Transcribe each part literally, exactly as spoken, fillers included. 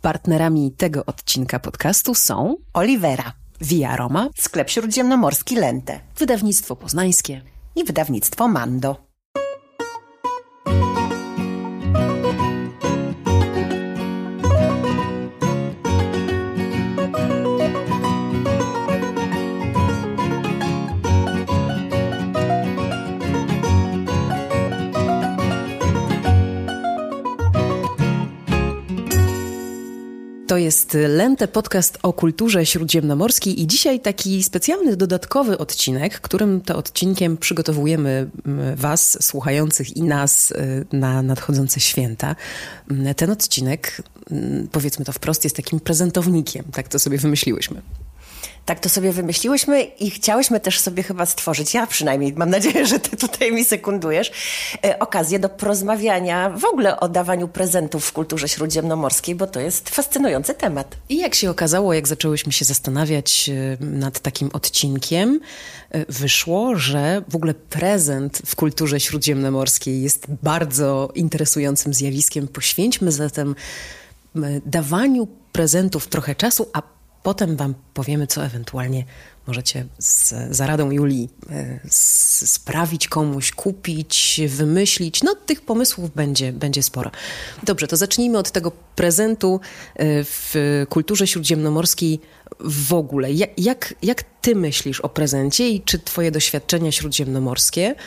Partnerami tego odcinka podcastu są Olivera, Via Aroma, Sklep Śródziemnomorski Lente, Wydawnictwo Poznańskie i Wydawnictwo Mando. To jest Lente, podcast o kulturze śródziemnomorskiej i dzisiaj taki specjalny, dodatkowy odcinek, którym to odcinkiem przygotowujemy Was, słuchających, i nas na nadchodzące święta. Ten odcinek, powiedzmy to wprost, jest takim prezentownikiem, tak to sobie wymyśliłyśmy. Tak to sobie wymyśliłyśmy i chciałyśmy też sobie chyba stworzyć, ja przynajmniej, mam nadzieję, że ty tutaj mi sekundujesz, e, okazję do porozmawiania w ogóle o dawaniu prezentów w kulturze śródziemnomorskiej, bo to jest fascynujący temat. I jak się okazało, jak zaczęłyśmy się zastanawiać nad takim odcinkiem, wyszło, że w ogóle prezent w kulturze śródziemnomorskiej jest bardzo interesującym zjawiskiem. Poświęćmy zatem dawaniu prezentów trochę czasu, a potem wam powiemy, co ewentualnie możecie z, za radą Julii z, sprawić komuś, kupić, wymyślić. No tych pomysłów będzie, będzie sporo. Dobrze, to zacznijmy od tego prezentu w kulturze śródziemnomorskiej w ogóle. Jak, jak, jak ty myślisz o prezencie i czy twoje doświadczenia śródziemnomorskie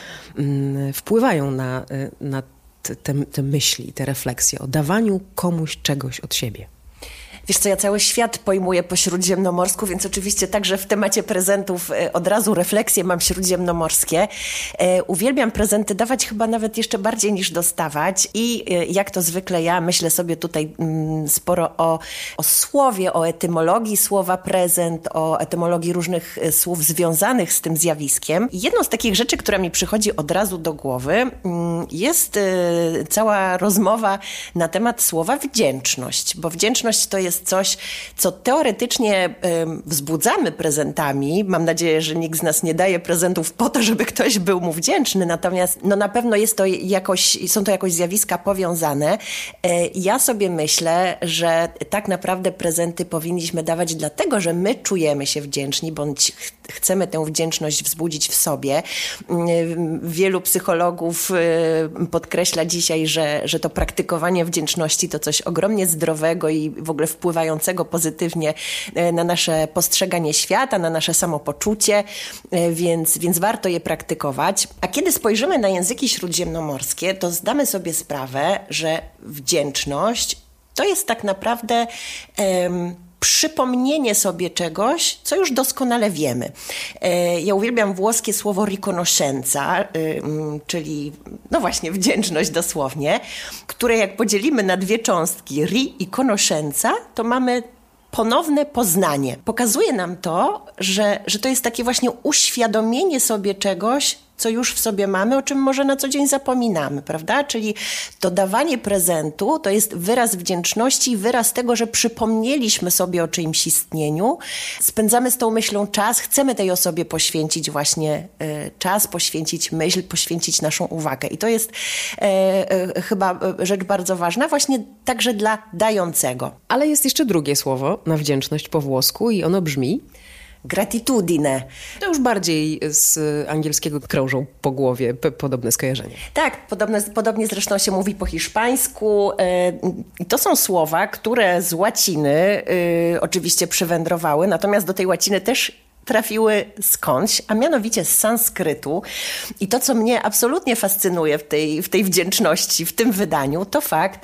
wpływają na, na te, te, te myśli, te refleksje o dawaniu komuś czegoś od siebie? Wiesz co, ja cały świat pojmuję po śródziemnomorsku, więc oczywiście także w temacie prezentów od razu refleksje mam śródziemnomorskie. E, uwielbiam prezenty dawać chyba nawet jeszcze bardziej niż dostawać i e, jak to zwykle ja myślę sobie tutaj mm, sporo o, o słowie, o etymologii słowa prezent, o etymologii różnych e, słów związanych z tym zjawiskiem. I jedną z takich rzeczy, która mi przychodzi od razu do głowy, mm, jest e, cała rozmowa na temat słowa wdzięczność, bo wdzięczność to jest coś, co teoretycznie y, wzbudzamy prezentami. Mam nadzieję, że nikt z nas nie daje prezentów po to, żeby ktoś był mu wdzięczny, natomiast no, na pewno jest to jakoś, są to jakoś zjawiska powiązane. Y, ja sobie myślę, że tak naprawdę prezenty powinniśmy dawać dlatego, że my czujemy się wdzięczni, bądź ch- chcemy tę wdzięczność wzbudzić w sobie. Y, wielu psychologów y, podkreśla dzisiaj, że, że to praktykowanie wdzięczności to coś ogromnie zdrowego i w ogóle wpływa wpływającego pozytywnie na nasze postrzeganie świata, na nasze samopoczucie, więc, więc warto je praktykować. A kiedy spojrzymy na języki śródziemnomorskie, to zdamy sobie sprawę, że wdzięczność to jest tak naprawdę um, przypomnienie sobie czegoś, co już doskonale wiemy. Ja uwielbiam włoskie słowo riconoscenza, czyli no właśnie wdzięczność dosłownie, które jak podzielimy na dwie cząstki, ri i conoscenza, to mamy ponowne poznanie. Pokazuje nam to, że, że to jest takie właśnie uświadomienie sobie czegoś, co już w sobie mamy, o czym może na co dzień zapominamy, prawda? Czyli to dawanie prezentu to jest wyraz wdzięczności, wyraz tego, że przypomnieliśmy sobie o czyimś istnieniu, spędzamy z tą myślą czas, chcemy tej osobie poświęcić właśnie y, czas, poświęcić myśl, poświęcić naszą uwagę. I to jest y, y, chyba rzecz bardzo ważna, właśnie także dla dającego. Ale jest jeszcze drugie słowo na wdzięczność po włosku i ono brzmi gratitudine. To już bardziej z angielskiego krążą po głowie p- podobne skojarzenie. Tak, podobne, podobnie zresztą się mówi po hiszpańsku. I to są słowa, które z łaciny y, oczywiście przywędrowały, natomiast do tej łaciny też trafiły skądś, a mianowicie z sanskrytu. I to, co mnie absolutnie fascynuje w tej, w tej wdzięczności, w tym wydaniu, to fakt,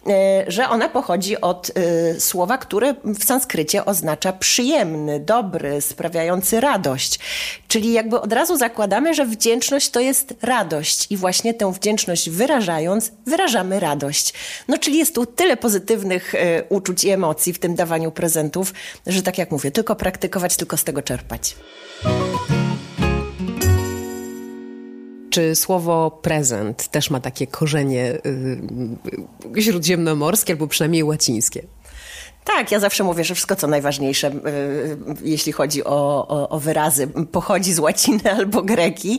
że ona pochodzi od słowa, które w sanskrycie oznacza przyjemny, dobry, sprawiający radość. Czyli jakby od razu zakładamy, że wdzięczność to jest radość i właśnie tę wdzięczność wyrażając, wyrażamy radość. No czyli jest tu tyle pozytywnych uczuć i emocji w tym dawaniu prezentów, że tak jak mówię, tylko praktykować, tylko z tego czerpać. Czy słowo prezent też ma takie korzenie yy, śródziemnomorskie albo przynajmniej łacińskie? Tak, ja zawsze mówię, że wszystko co najważniejsze, jeśli chodzi o, o, o wyrazy, pochodzi z łaciny albo greki.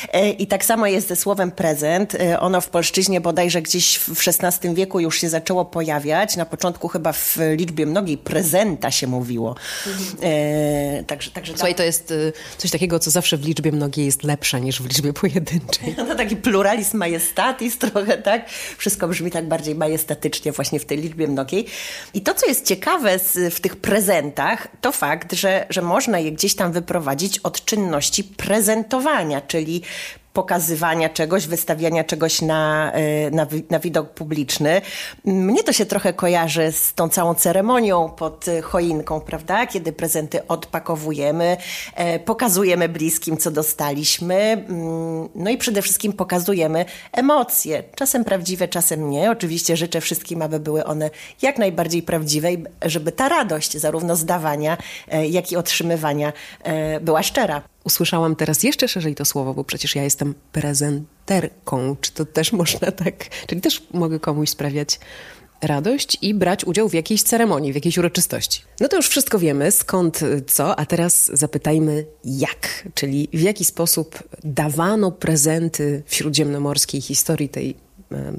I tak samo jest ze słowem prezent. Ono w polszczyźnie bodajże gdzieś w szesnastym wieku już się zaczęło pojawiać. Na początku chyba w liczbie mnogiej prezenta się mówiło. Mhm. E, także, także Słuchaj, to jest coś takiego, co zawsze w liczbie mnogiej jest lepsze niż w liczbie pojedynczej. No taki pluralizm majestatis trochę, tak? Wszystko brzmi tak bardziej majestatycznie właśnie w tej liczbie mnogiej. I to, co jest ciekawe z, w tych prezentach, to fakt, że, że można je gdzieś tam wyprowadzić od czynności prezentowania, czyli pokazywania czegoś, wystawiania czegoś na, na, na widok publiczny. Mnie to się trochę kojarzy z tą całą ceremonią pod choinką, prawda? Kiedy prezenty odpakowujemy, pokazujemy bliskim, co dostaliśmy. No i przede wszystkim pokazujemy emocje. Czasem prawdziwe, czasem nie. Oczywiście życzę wszystkim, aby były one jak najbardziej prawdziwe i żeby ta radość zarówno z dawania, jak i otrzymywania była szczera. Usłyszałam teraz jeszcze szerzej to słowo, bo przecież ja jestem prezenterką. Czy to też można tak... Czyli też mogę komuś sprawiać radość i brać udział w jakiejś ceremonii, w jakiejś uroczystości. No to już wszystko wiemy, skąd, co, a teraz zapytajmy jak. Czyli w jaki sposób dawano prezenty w śródziemnomorskiej historii, tej e,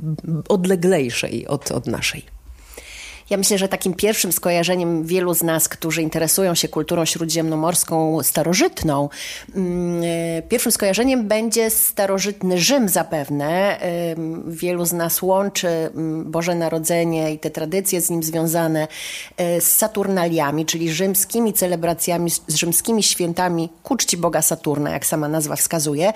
odleglejszej od, od naszej. Ja myślę, że takim pierwszym skojarzeniem wielu z nas, którzy interesują się kulturą śródziemnomorską starożytną, pierwszym skojarzeniem będzie starożytny Rzym zapewne. Wielu z nas łączy Boże Narodzenie i te tradycje z nim związane z Saturnaliami, czyli rzymskimi celebracjami, z rzymskimi świętami ku czci Boga Saturna, jak sama nazwa wskazuje,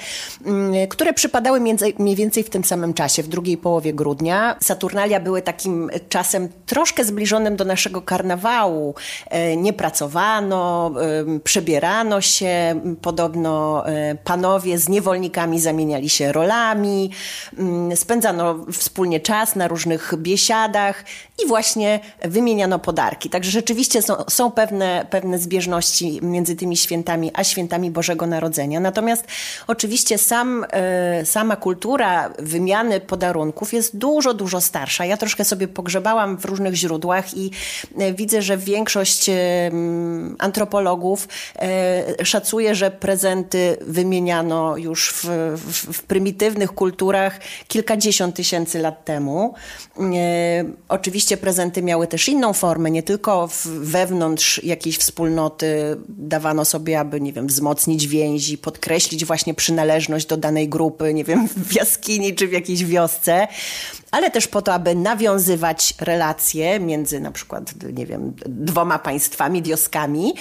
które przypadały między, mniej więcej w tym samym czasie, w drugiej połowie grudnia. Saturnalia były takim czasem troszkę zbliżonym do naszego karnawału. Nie pracowano, przebierano się, podobno panowie z niewolnikami zamieniali się rolami, spędzano wspólnie czas na różnych biesiadach i właśnie wymieniano podarki. Także rzeczywiście są, są pewne, pewne zbieżności między tymi świętami a świętami Bożego Narodzenia. Natomiast oczywiście sam, sama kultura wymiany podarunków jest dużo, dużo starsza. Ja troszkę sobie pogrzebałam w różnych źródłach i widzę, że większość antropologów szacuje, że prezenty wymieniano już w, w, w prymitywnych kulturach kilkadziesiąt tysięcy lat temu. Oczywiście prezenty miały też inną formę, nie tylko w, wewnątrz jakiejś wspólnoty dawano sobie, aby, nie wiem, wzmocnić więzi, podkreślić właśnie przynależność do danej grupy, nie wiem, w jaskini czy w jakiejś wiosce, ale też po to, aby nawiązywać relacje między na przykład, nie wiem, dwoma państwami, wioskami,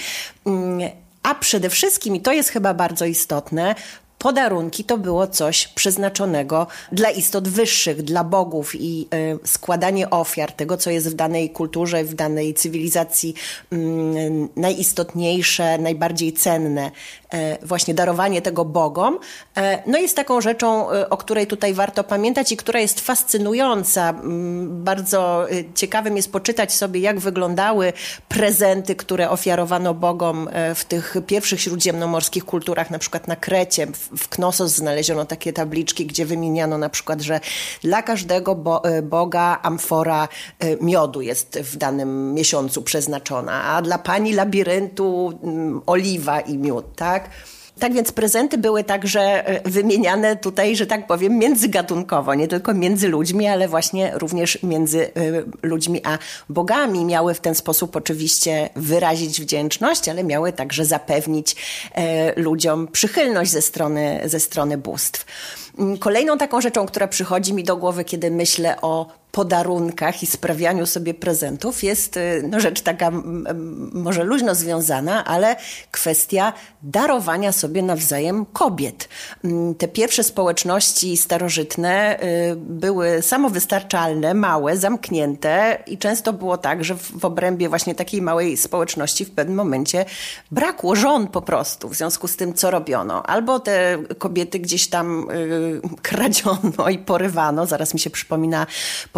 a przede wszystkim, i to jest chyba bardzo istotne, podarunki to było coś przeznaczonego dla istot wyższych, dla bogów i y, składanie ofiar, tego co jest w danej kulturze, w danej cywilizacji y, najistotniejsze, najbardziej cenne, y, właśnie darowanie tego bogom, y, no jest taką rzeczą, y, o której tutaj warto pamiętać i która jest fascynująca. Y, bardzo y, ciekawym jest poczytać sobie, jak wyglądały prezenty, które ofiarowano bogom y, w tych pierwszych śródziemnomorskich kulturach, na przykład na Krecie. W Knossos znaleziono takie tabliczki, gdzie wymieniano na przykład, że dla każdego bo, boga amfora miodu jest w danym miesiącu przeznaczona, a dla pani labiryntu oliwa i miód, tak? Tak więc prezenty były także wymieniane tutaj, że tak powiem, międzygatunkowo, nie tylko między ludźmi, ale właśnie również między ludźmi a bogami. Miały w ten sposób oczywiście wyrazić wdzięczność, ale miały także zapewnić ludziom przychylność ze strony, ze strony bóstw. Kolejną taką rzeczą, która przychodzi mi do głowy, kiedy myślę o podarunkach i sprawianiu sobie prezentów, jest no, rzecz taka m, może luźno związana, ale kwestia darowania sobie nawzajem kobiet. Te pierwsze społeczności starożytne y, były samowystarczalne, małe, zamknięte i często było tak, że w, w obrębie właśnie takiej małej społeczności w pewnym momencie brakło żon po prostu. W związku z tym, co robiono? Albo te kobiety gdzieś tam y, kradziono i porywano. Zaraz mi się przypomina porwanie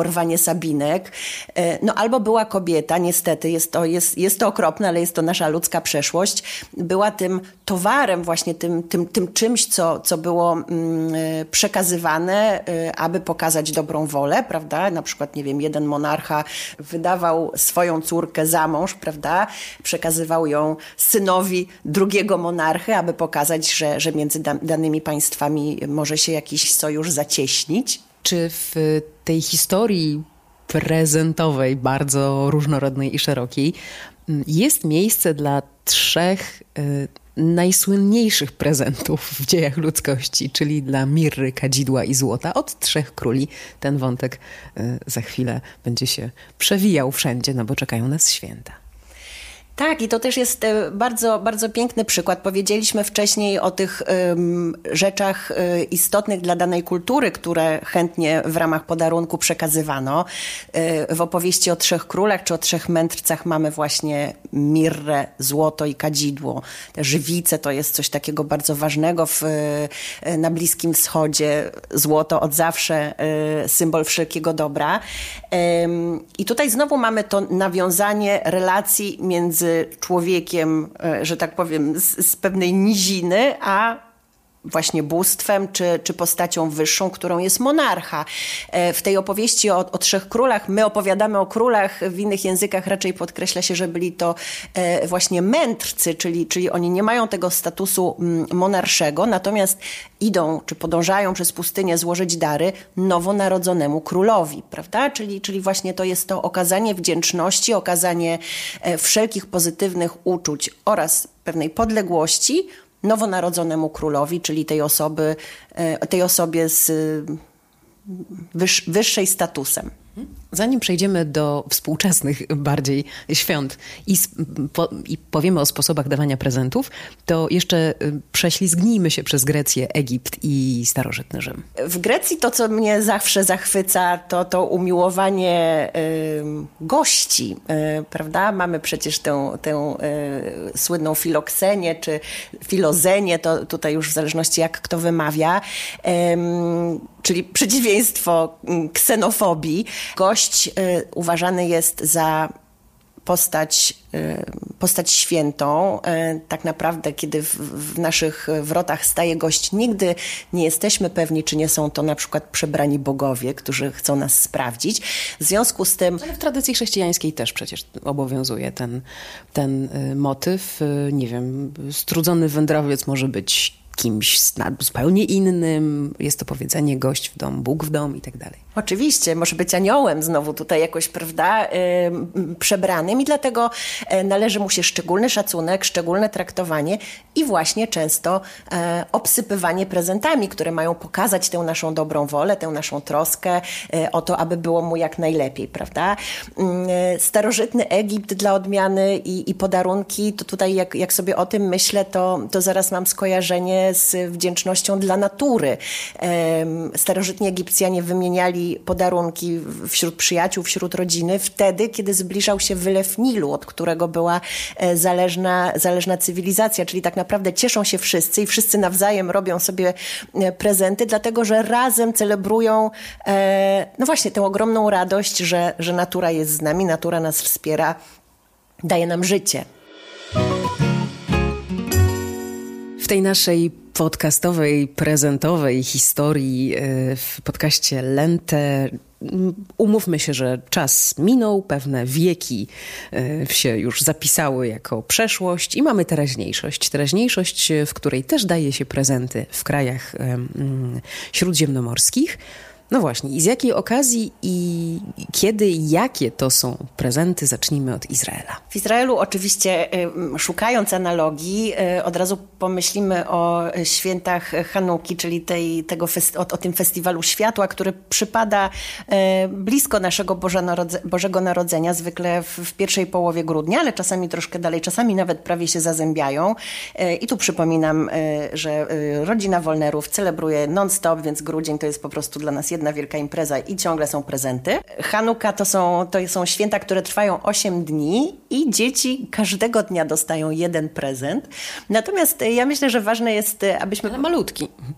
rwanie sabinek. No albo była kobieta, niestety, jest to, jest, jest to okropne, ale jest to nasza ludzka przeszłość, była tym towarem, właśnie tym, tym, tym czymś, co, co było mm, przekazywane, aby pokazać dobrą wolę, prawda? Na przykład, nie wiem, jeden monarcha wydawał swoją córkę za mąż, prawda? Przekazywał ją synowi drugiego monarchy, aby pokazać, że, że między danymi państwami może się jakiś sojusz zacieśnić. Czy w tej historii prezentowej, bardzo różnorodnej i szerokiej, jest miejsce dla trzech y, najsłynniejszych prezentów w dziejach ludzkości, czyli dla mirry, kadzidła i złota od trzech króli. Ten wątek y, za chwilę będzie się przewijał wszędzie, no bo czekają nas święta. Tak, i to też jest bardzo, bardzo piękny przykład. Powiedzieliśmy wcześniej o tych um, rzeczach um, istotnych dla danej kultury, które chętnie w ramach podarunku przekazywano. Um, w opowieści o trzech królach czy o trzech mędrcach mamy właśnie mirrę, złoto i kadzidło. Te żywice to jest coś takiego bardzo ważnego w, na Bliskim Wschodzie. Złoto od zawsze um, symbol wszelkiego dobra. Um, I tutaj znowu mamy to nawiązanie relacji między człowiekiem, że tak powiem, z, z pewnej niziny, a właśnie bóstwem czy, czy postacią wyższą, którą jest monarcha. W tej opowieści o, o trzech królach, my opowiadamy o królach, w innych językach raczej podkreśla się, że byli to właśnie mędrcy, czyli, czyli oni nie mają tego statusu monarszego, natomiast idą czy podążają przez pustynię złożyć dary nowonarodzonemu królowi, prawda? Czyli, czyli właśnie to jest to okazanie wdzięczności, okazanie wszelkich pozytywnych uczuć oraz pewnej podległości nowonarodzonemu królowi, czyli tej osoby, tej osobie z wyż, wyższej statusem. Zanim przejdziemy do współczesnych bardziej świąt i, po, i powiemy o sposobach dawania prezentów, to jeszcze prześlizgnijmy się przez Grecję, Egipt i starożytny Rzym. W Grecji to, co mnie zawsze zachwyca, to to umiłowanie y, gości, y, prawda? Mamy przecież tę, tę y, słynną filoksenię, czy filozenię, to tutaj już w zależności jak kto wymawia, y, czyli przeciwieństwo ksenofobii. Gość y, uważany jest za postać, y, postać świętą. Y, tak naprawdę, kiedy w, w naszych wrotach staje gość, nigdy nie jesteśmy pewni, czy nie są to na przykład przebrani bogowie, którzy chcą nas sprawdzić. W związku z tym... Ale w tradycji chrześcijańskiej też przecież obowiązuje ten, ten y, motyw. Y, nie wiem, strudzony wędrowiec może być kimś zupełnie innym. Jest to powiedzenie gość w dom, Bóg w dom i tak dalej. Oczywiście, może być aniołem znowu tutaj jakoś, prawda, yy, przebranym i dlatego yy, należy mu się szczególny szacunek, szczególne traktowanie i właśnie często yy, obsypywanie prezentami, które mają pokazać tę naszą dobrą wolę, tę naszą troskę yy, o to, aby było mu jak najlepiej, prawda. Yy, starożytny Egipt dla odmiany i, i podarunki, to tutaj jak, jak sobie o tym myślę, to, to zaraz mam skojarzenie z wdzięcznością dla natury. Yy, starożytni Egipcjanie wymieniali podarunki wśród przyjaciół, wśród rodziny wtedy, kiedy zbliżał się wylew Nilu, od którego była zależna, zależna cywilizacja, czyli tak naprawdę cieszą się wszyscy i wszyscy nawzajem robią sobie prezenty, dlatego że razem celebrują no właśnie tę ogromną radość, że, że natura jest z nami, natura nas wspiera, daje nam życie. W tej naszej podcastowej, prezentowej historii w podcaście Lente umówmy się, że czas minął, pewne wieki się już zapisały jako przeszłość i mamy teraźniejszość. Teraźniejszość, w której też daje się prezenty w krajach śródziemnomorskich. No właśnie, i z jakiej okazji i kiedy i jakie to są prezenty? Zacznijmy od Izraela. W Izraelu oczywiście, szukając analogii, od razu pomyślimy o świętach Chanuki, czyli tej, tego fest- o, o tym festiwalu światła, który przypada blisko naszego Bożonarodze- Bożego Narodzenia, zwykle w, w pierwszej połowie grudnia, ale czasami troszkę dalej, czasami nawet prawie się zazębiają. I tu przypominam, że rodzina Wolnerów celebruje non-stop, więc grudzień to jest po prostu dla nas jedna jedna wielka impreza i ciągle są prezenty. Chanuka to są, to są święta, które trwają osiem dni i dzieci każdego dnia dostają jeden prezent. Natomiast ja myślę, że ważne jest, abyśmy... Ale malutki.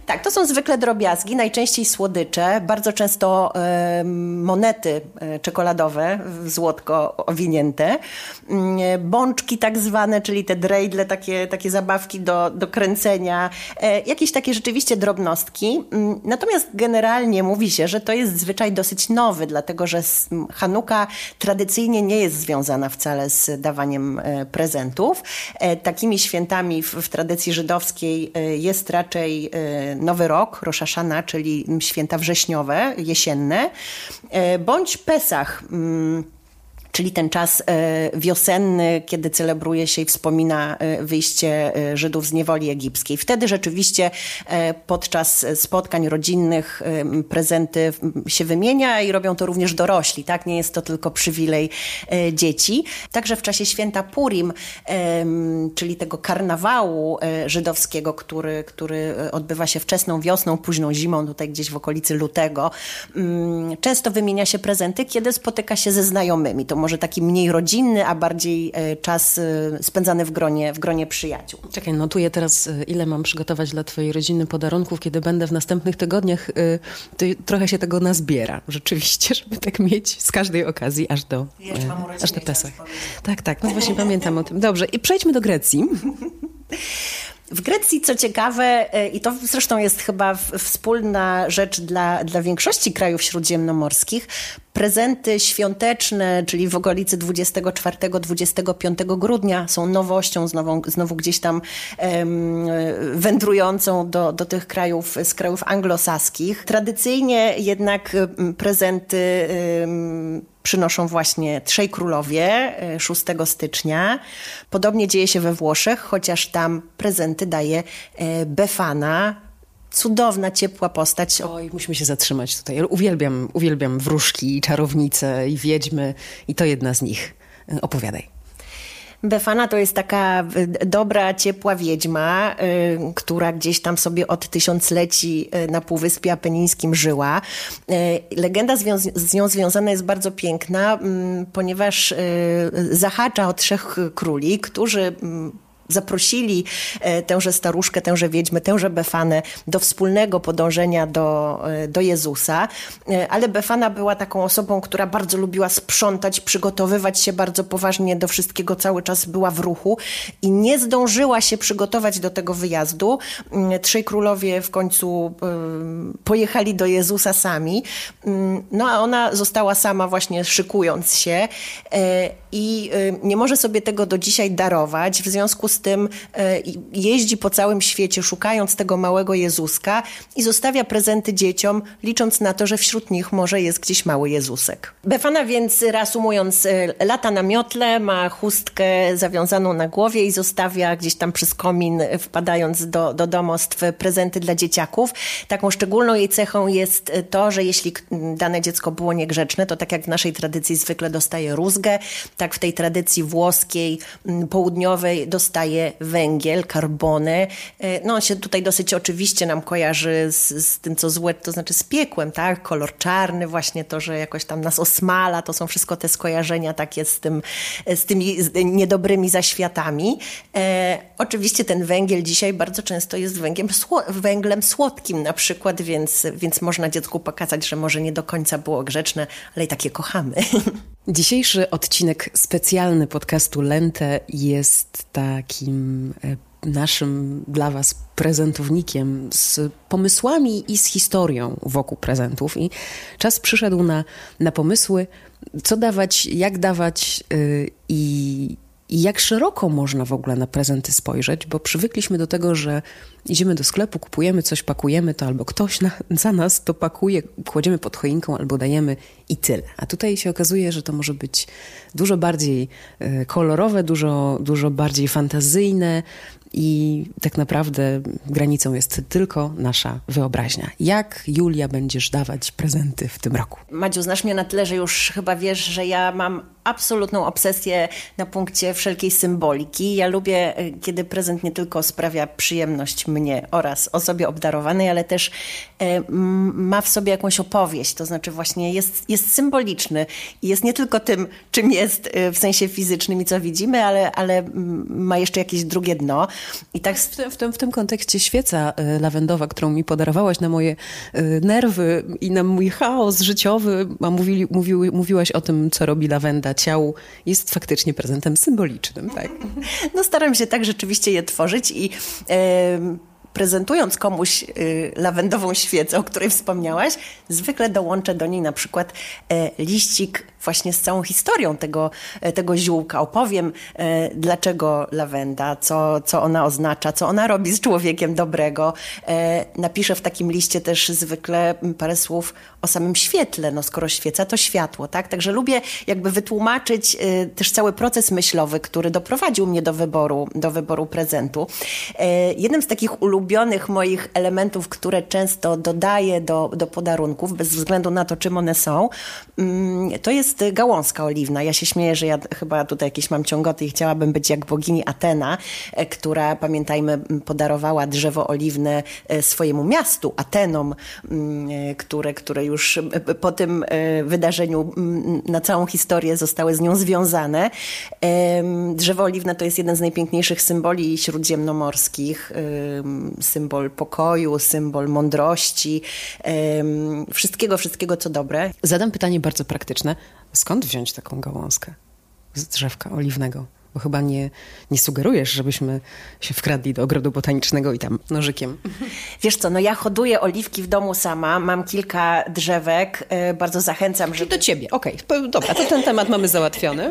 Tak, to są zwykle drobiazgi, najczęściej słodycze, bardzo często e, monety e, czekoladowe, w złotko owinięte, e, bączki tak zwane, czyli te drejdle, takie, takie zabawki do, do kręcenia, e, jakieś takie rzeczywiście drobnostki. Natomiast generalnie mówi się, że to jest zwyczaj dosyć nowy, dlatego że Chanuka tradycyjnie nie jest związana wcale z dawaniem e, prezentów. E, takimi świętami w, w tradycji żydowskiej e, jest raczej e, Nowy Rok, Rosh Hashana, czyli święta wrześniowe, jesienne, bądź Pesach, czyli ten czas wiosenny, kiedy celebruje się i wspomina wyjście Żydów z niewoli egipskiej. Wtedy rzeczywiście podczas spotkań rodzinnych prezenty się wymienia i robią to również dorośli, tak? Nie jest to tylko przywilej dzieci. Także w czasie święta Purim, czyli tego karnawału żydowskiego, który, który odbywa się wczesną wiosną, późną zimą, tutaj gdzieś w okolicy lutego, często wymienia się prezenty, kiedy spotyka się ze znajomymi. To może taki mniej rodzinny, a bardziej czas spędzany w gronie, w gronie przyjaciół. Czekaj, notuję teraz, ile mam przygotować dla twojej rodziny podarunków, kiedy będę w następnych tygodniach, to trochę się tego nazbiera. Rzeczywiście, żeby tak mieć z każdej okazji aż do, aż do Pesach. Tak, tak, no właśnie pamiętam o tym. Dobrze, i przejdźmy do Grecji. W Grecji, co ciekawe, i to zresztą jest chyba wspólna rzecz dla, dla większości krajów śródziemnomorskich, prezenty świąteczne, czyli w okolicy dwudziestego czwartego do dwudziestego piątego grudnia są nowością, znowu, znowu gdzieś tam um, wędrującą do, do tych krajów, z krajów anglosaskich. Tradycyjnie jednak prezenty um, przynoszą właśnie trzej królowie szóstego stycznia. Podobnie dzieje się we Włoszech, chociaż tam prezenty daje Befana. Cudowna, ciepła postać. Oj, musimy się zatrzymać tutaj. Uwielbiam, uwielbiam wróżki, czarownice i wiedźmy i to jedna z nich. Opowiadaj. Befana to jest taka dobra, ciepła wiedźma, y, która gdzieś tam sobie od tysiącleci na Półwyspie Apenińskim żyła. Y, legenda zwią- z nią związana jest bardzo piękna, y, ponieważ y, zahacza o trzech króli, którzy y, zaprosili tęże staruszkę, tęże wiedźmę, tęże Befanę do wspólnego podążenia do, do Jezusa. Ale Befana była taką osobą, która bardzo lubiła sprzątać, przygotowywać się bardzo poważnie do wszystkiego, cały czas była w ruchu i nie zdążyła się przygotować do tego wyjazdu. Trzej królowie w końcu pojechali do Jezusa sami. No a ona została sama właśnie szykując się i nie może sobie tego do dzisiaj darować. W związku z tym jeździ po całym świecie, szukając tego małego Jezuska i zostawia prezenty dzieciom, licząc na to, że wśród nich może jest gdzieś mały Jezusek. Befana więc, reasumując, lata na miotle, ma chustkę zawiązaną na głowie i zostawia gdzieś tam przez komin, wpadając do, do domostw, prezenty dla dzieciaków. Taką szczególną jej cechą jest to, że jeśli dane dziecko było niegrzeczne, to tak jak w naszej tradycji zwykle dostaje rózgę, tak w tej tradycji włoskiej, południowej dostaje węgiel, carbone. No on się tutaj dosyć oczywiście nam kojarzy z, z tym, co złe, to znaczy z piekłem, tak? Kolor czarny, właśnie to, że jakoś tam nas osmala, to są wszystko te skojarzenia takie z, tym, z tymi niedobrymi zaświatami. E, oczywiście ten węgiel dzisiaj bardzo często jest węglem, sło, węglem słodkim na przykład, więc, więc można dziecku pokazać, że może nie do końca było grzeczne, ale i takie kochamy. Dzisiejszy odcinek specjalny podcastu Lente jest takim naszym dla was prezentownikiem z pomysłami i z historią wokół prezentów. I czas przyszedł na, na pomysły, co dawać, jak dawać yy, i I jak szeroko można w ogóle na prezenty spojrzeć, bo przywykliśmy do tego, że idziemy do sklepu, kupujemy coś, pakujemy to, albo ktoś na, za nas to pakuje, kładziemy pod choinką albo dajemy i tyle. A tutaj się okazuje, że to może być dużo bardziej y, kolorowe, dużo, dużo bardziej fantazyjne i tak naprawdę granicą jest tylko nasza wyobraźnia. Jak, Julia, będziesz dawać prezenty w tym roku? Madziu, znasz mnie na tyle, że już chyba wiesz, że ja mam absolutną obsesję na punkcie wszelkiej symboliki. Ja lubię, kiedy prezent nie tylko sprawia przyjemność mnie oraz osobie obdarowanej, ale też e, ma w sobie jakąś opowieść. To znaczy właśnie jest, jest jest symboliczny i jest nie tylko tym, czym jest w sensie fizycznym i co widzimy, ale, ale ma jeszcze jakieś drugie dno. I tak w, tym, w, tym, w tym kontekście świeca lawendowa, którą mi podarowałaś na moje nerwy i na mój chaos życiowy, a mówili, mówiły, mówiłaś o tym, co robi lawenda ciału, jest faktycznie prezentem symbolicznym, tak? No staram się tak rzeczywiście je tworzyć i yy, prezentując komuś yy, lawendową świecę, o której wspomniałaś, zwykle dołączę do niej na przykład yy, liścik właśnie z całą historią tego, tego ziółka. Opowiem, e, dlaczego lawenda, co, co ona oznacza, co ona robi z człowiekiem dobrego. E, napiszę w takim liście też zwykle parę słów o samym świetle, no skoro świeca to światło, tak? Także lubię jakby wytłumaczyć e, też cały proces myślowy, który doprowadził mnie do wyboru, do wyboru prezentu. E, jednym z takich ulubionych moich elementów, które często dodaję do, do podarunków, bez względu na to, czym one są, mm, to jest gałązka oliwna. Ja się śmieję, że ja chyba tutaj jakieś mam ciągoty i chciałabym być jak bogini Atena, która, pamiętajmy, podarowała drzewo oliwne swojemu miastu, Atenom, które, które już po tym wydarzeniu na całą historię zostały z nią związane. Drzewo oliwne to jest jeden z najpiękniejszych symboli śródziemnomorskich. Symbol pokoju, symbol mądrości, wszystkiego, wszystkiego co dobre. Zadam pytanie bardzo praktyczne. Skąd wziąć taką gałązkę z drzewka oliwnego? Bo chyba nie, nie sugerujesz, żebyśmy się wkradli do ogrodu botanicznego i tam nożykiem. Wiesz co, no ja hoduję oliwki w domu sama, mam kilka drzewek, yy, bardzo zachęcam, żeby... I do ciebie, okej, okay. Dobra, to ten temat mamy załatwiony.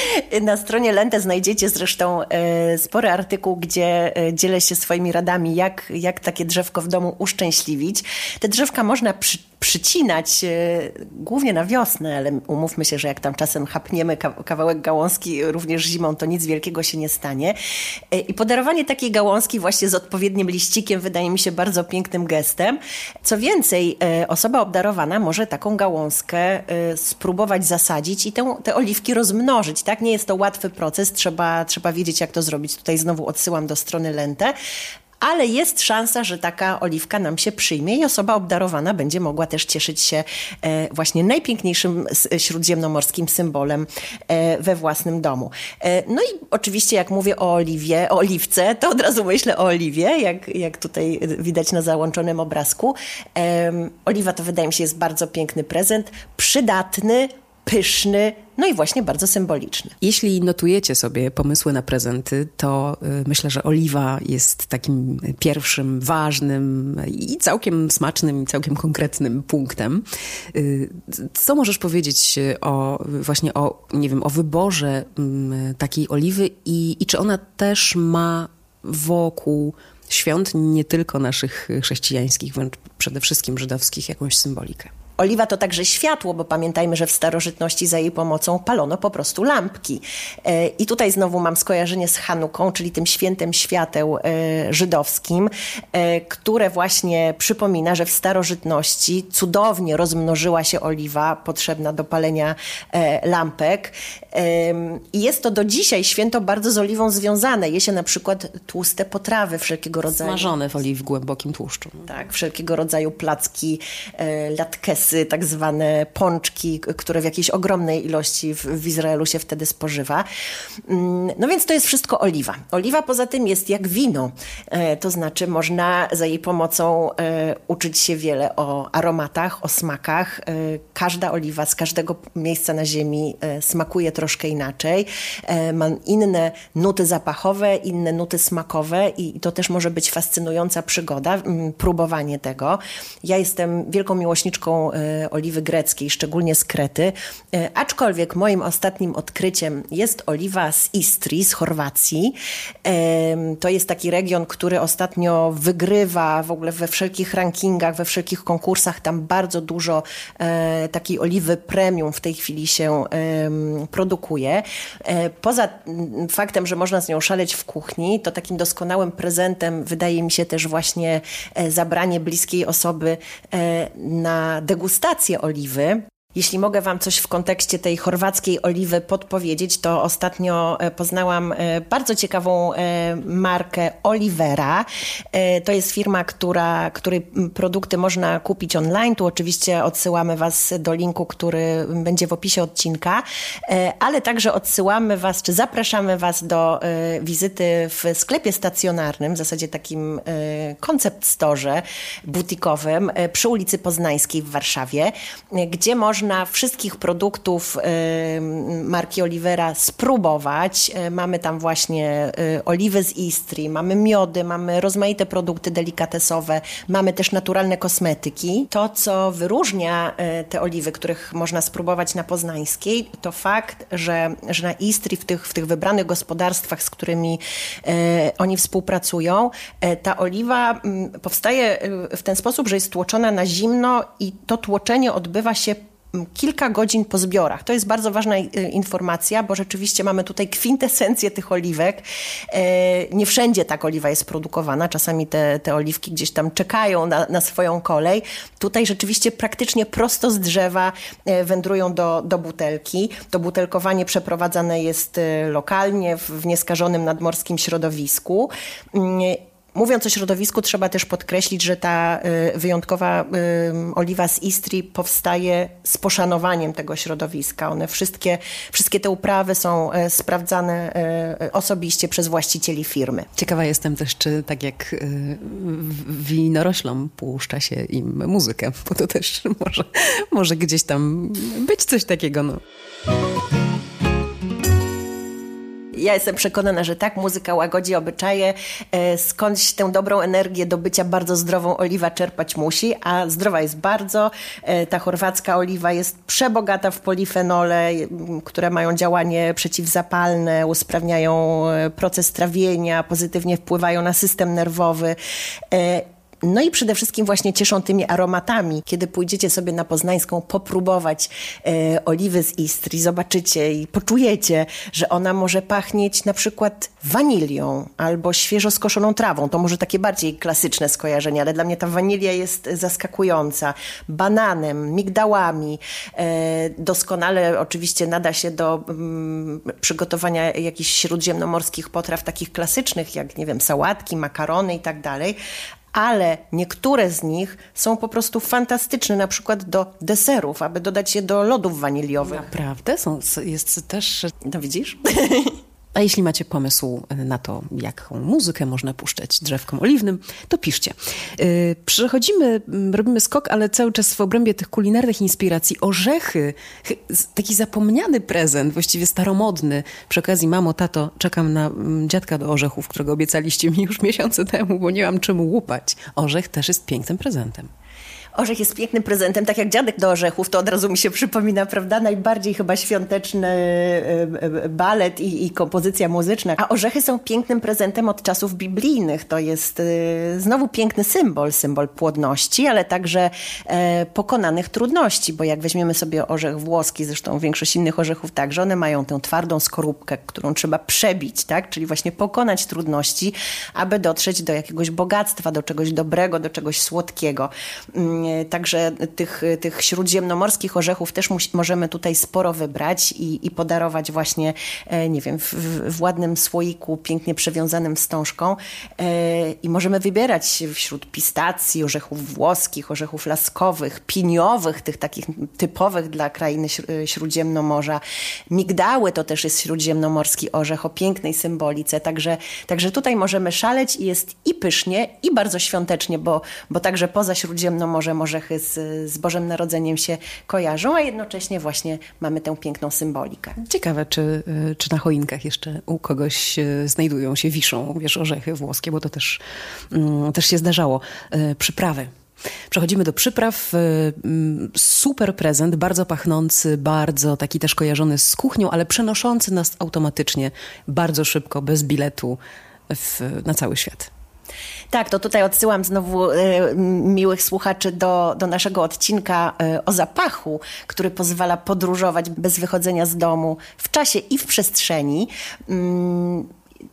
Na stronie Lente znajdziecie zresztą yy, spory artykuł, gdzie yy, dzielę się swoimi radami, jak, jak takie drzewko w domu uszczęśliwić. Te drzewka można przy, przycinać yy, głównie na wiosnę, ale umówmy się, że jak tam czasem chapniemy kawałek gałązki również zimą, to nic wielkiego się nie stanie. I podarowanie takiej gałązki właśnie z odpowiednim liścikiem wydaje mi się bardzo pięknym gestem. Co więcej, osoba obdarowana może taką gałązkę spróbować zasadzić i te, te oliwki rozmnożyć. Tak? Nie jest to łatwy proces, trzeba, trzeba wiedzieć, jak to zrobić. Tutaj znowu odsyłam do strony Lente. Ale jest szansa, że taka oliwka nam się przyjmie i osoba obdarowana będzie mogła też cieszyć się właśnie najpiękniejszym śródziemnomorskim symbolem we własnym domu. No i oczywiście jak mówię o oliwie, o oliwce, to od razu myślę o oliwie, jak, jak tutaj widać na załączonym obrazku. Oliwa to wydaje mi się jest bardzo piękny prezent, przydatny, pyszny, no i właśnie bardzo symboliczny. Jeśli notujecie sobie pomysły na prezenty, to y, myślę, że oliwa jest takim pierwszym, ważnym i całkiem smacznym, i całkiem konkretnym punktem. Y, co możesz powiedzieć o właśnie o, nie wiem, o wyborze y, takiej oliwy i, i czy ona też ma wokół świąt nie tylko naszych chrześcijańskich, wręcz przede wszystkim żydowskich, jakąś symbolikę? Oliwa to także światło, bo pamiętajmy, że w starożytności za jej pomocą palono po prostu lampki. I tutaj znowu mam skojarzenie z Chanuką, czyli tym świętem świateł żydowskim, które właśnie przypomina, że w starożytności cudownie rozmnożyła się oliwa potrzebna do palenia lampek. I jest to do dzisiaj święto bardzo z oliwą związane. Je się na przykład tłuste potrawy wszelkiego rodzaju. Smażone w oliw w głębokim tłuszczu. Tak, wszelkiego rodzaju placki, latkesy, tak zwane pączki, które w jakiejś ogromnej ilości w, w Izraelu się wtedy spożywa. No więc to jest wszystko oliwa. Oliwa poza tym jest jak wino, e, to znaczy można za jej pomocą e, uczyć się wiele o aromatach, o smakach. E, każda oliwa z każdego miejsca na ziemi e, smakuje troszkę inaczej. E, ma inne nuty zapachowe, inne nuty smakowe i, i to też może być fascynująca przygoda, m, próbowanie tego. Ja jestem wielką miłośniczką oliwy greckiej, szczególnie z Krety. Aczkolwiek moim ostatnim odkryciem jest oliwa z Istrii, z Chorwacji. To jest taki region, który ostatnio wygrywa w ogóle we wszelkich rankingach, we wszelkich konkursach. Tam bardzo dużo takiej oliwy premium w tej chwili się produkuje. Poza faktem, że można z nią szaleć w kuchni, to takim doskonałym prezentem wydaje mi się też właśnie zabranie bliskiej osoby na degustację oliwy. Jeśli mogę Wam coś w kontekście tej chorwackiej oliwy podpowiedzieć, to ostatnio poznałam bardzo ciekawą markę Olivera. To jest firma, która, której produkty można kupić online. Tu oczywiście odsyłamy Was do linku, który będzie w opisie odcinka, ale także odsyłamy Was, czy zapraszamy Was do wizyty w sklepie stacjonarnym, w zasadzie takim concept store butikowym przy ulicy Poznańskiej w Warszawie, gdzie można Można wszystkich produktów y, marki Olivera spróbować. Y, mamy tam właśnie y, oliwy z Istrii, mamy miody, mamy rozmaite produkty delikatesowe, mamy też naturalne kosmetyki. To, co wyróżnia y, te oliwy, których można spróbować na Poznańskiej, to fakt, że, że na Istrii, w tych, w tych wybranych gospodarstwach, z którymi y, oni współpracują, y, ta oliwa y, powstaje y, w ten sposób, że jest tłoczona na zimno i to tłoczenie odbywa się kilka godzin po zbiorach. To jest bardzo ważna informacja, bo rzeczywiście mamy tutaj kwintesencję tych oliwek. Nie wszędzie tak oliwa jest produkowana. Czasami te, te oliwki gdzieś tam czekają na, na swoją kolej. Tutaj rzeczywiście praktycznie prosto z drzewa wędrują do, do butelki. To butelkowanie przeprowadzane jest lokalnie w nieskażonym nadmorskim środowisku. Mówiąc o środowisku, trzeba też podkreślić, że ta y, wyjątkowa y, oliwa z Istrii powstaje z poszanowaniem tego środowiska. One wszystkie, wszystkie te uprawy są y, sprawdzane y, osobiście przez właścicieli firmy. Ciekawa jestem też, czy tak jak y, winoroślom puszcza się im muzykę, bo to też może, może gdzieś tam być coś takiego, no. Ja jestem przekonana, że tak, muzyka łagodzi obyczaje, skądś tę dobrą energię do bycia bardzo zdrową oliwa czerpać musi, a zdrowa jest bardzo. Ta chorwacka oliwa jest przebogata w polifenole, które mają działanie przeciwzapalne, usprawniają proces trawienia, pozytywnie wpływają na system nerwowy. No i przede wszystkim właśnie cieszą tymi aromatami. Kiedy pójdziecie sobie na Poznańską popróbować e, oliwy z Istrii, zobaczycie i poczujecie, że ona może pachnieć na przykład wanilią albo świeżo skoszoną trawą. To może takie bardziej klasyczne skojarzenie, ale dla mnie ta wanilia jest zaskakująca. Bananem, migdałami. E, doskonale oczywiście nada się do mm, przygotowania jakichś śródziemnomorskich potraw takich klasycznych, jak nie wiem, sałatki, makarony i tak dalej. Ale niektóre z nich są po prostu fantastyczne, na przykład do deserów, aby dodać je do lodów waniliowych. Naprawdę? Są, jest też... No widzisz? A jeśli macie pomysł na to, jaką muzykę można puszczać drzewkom oliwnym, to piszcie. Yy, przechodzimy, robimy skok, ale cały czas w obrębie tych kulinarnych inspiracji. Orzechy, taki zapomniany prezent, właściwie staromodny. Przy okazji, mamo, tato, czekam na dziadka do orzechów, którego obiecaliście mi już miesiące temu, bo nie mam czym łupać. Orzech też jest pięknym prezentem. Orzech jest pięknym prezentem, tak jak dziadek do orzechów, to od razu mi się przypomina, prawda, najbardziej chyba świąteczny balet i, i kompozycja muzyczna. A orzechy są pięknym prezentem od czasów biblijnych. To jest znowu piękny symbol, symbol płodności, ale także e, pokonanych trudności, bo jak weźmiemy sobie orzech włoski, zresztą większość innych orzechów także, one mają tę twardą skorupkę, którą trzeba przebić, tak, czyli właśnie pokonać trudności, aby dotrzeć do jakiegoś bogactwa, do czegoś dobrego, do czegoś słodkiego. Także tych, tych śródziemnomorskich orzechów też musi, możemy tutaj sporo wybrać i, i podarować właśnie, nie wiem, w, w ładnym słoiku, pięknie przewiązanym wstążką. I możemy wybierać wśród pistacji, orzechów włoskich, orzechów laskowych, piniowych, tych takich typowych dla krainy Śródziemnomorza. Migdały to też jest śródziemnomorski orzech o pięknej symbolice. Także, także tutaj możemy szaleć i jest i pysznie, i bardzo świątecznie, bo, bo także poza Śródziemnomorzem orzechy z, z Bożym Narodzeniem się kojarzą, a jednocześnie właśnie mamy tę piękną symbolikę. Ciekawe, czy, czy na choinkach jeszcze u kogoś znajdują się, wiszą, wiesz, orzechy włoskie, bo to też, też się zdarzało. Przyprawy. Przechodzimy do przypraw. Super prezent, bardzo pachnący, bardzo taki też kojarzony z kuchnią, ale przenoszący nas automatycznie bardzo szybko, bez biletu w, na cały świat. Tak, to tutaj odsyłam znowu y, miłych słuchaczy do, do naszego odcinka y, o zapachu, który pozwala podróżować bez wychodzenia z domu w czasie i w przestrzeni. Y,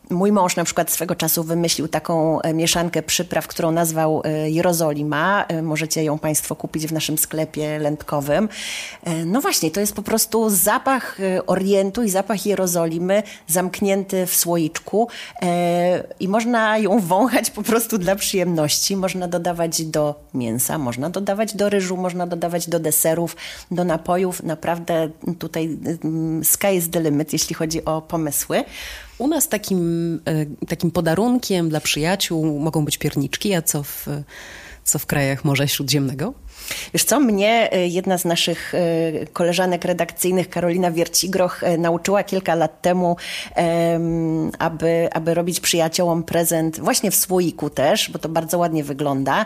Mój mąż na przykład swego czasu wymyślił taką mieszankę przypraw, którą nazwał Jerozolima. Możecie ją Państwo kupić w naszym sklepie lędkowym. No właśnie, to jest po prostu zapach Orientu i zapach Jerozolimy zamknięty w słoiczku i można ją wąchać po prostu dla przyjemności. Można dodawać do mięsa, można dodawać do ryżu, można dodawać do deserów, do napojów. Naprawdę tutaj sky is the limit, jeśli chodzi o pomysły. U nas takim, takim podarunkiem dla przyjaciół mogą być pierniczki, a co w, co w krajach Morza Śródziemnego? Wiesz co, mnie jedna z naszych koleżanek redakcyjnych, Karolina Wiercigroch, nauczyła kilka lat temu, aby, aby robić przyjaciołom prezent właśnie w słoiku też, bo to bardzo ładnie wygląda.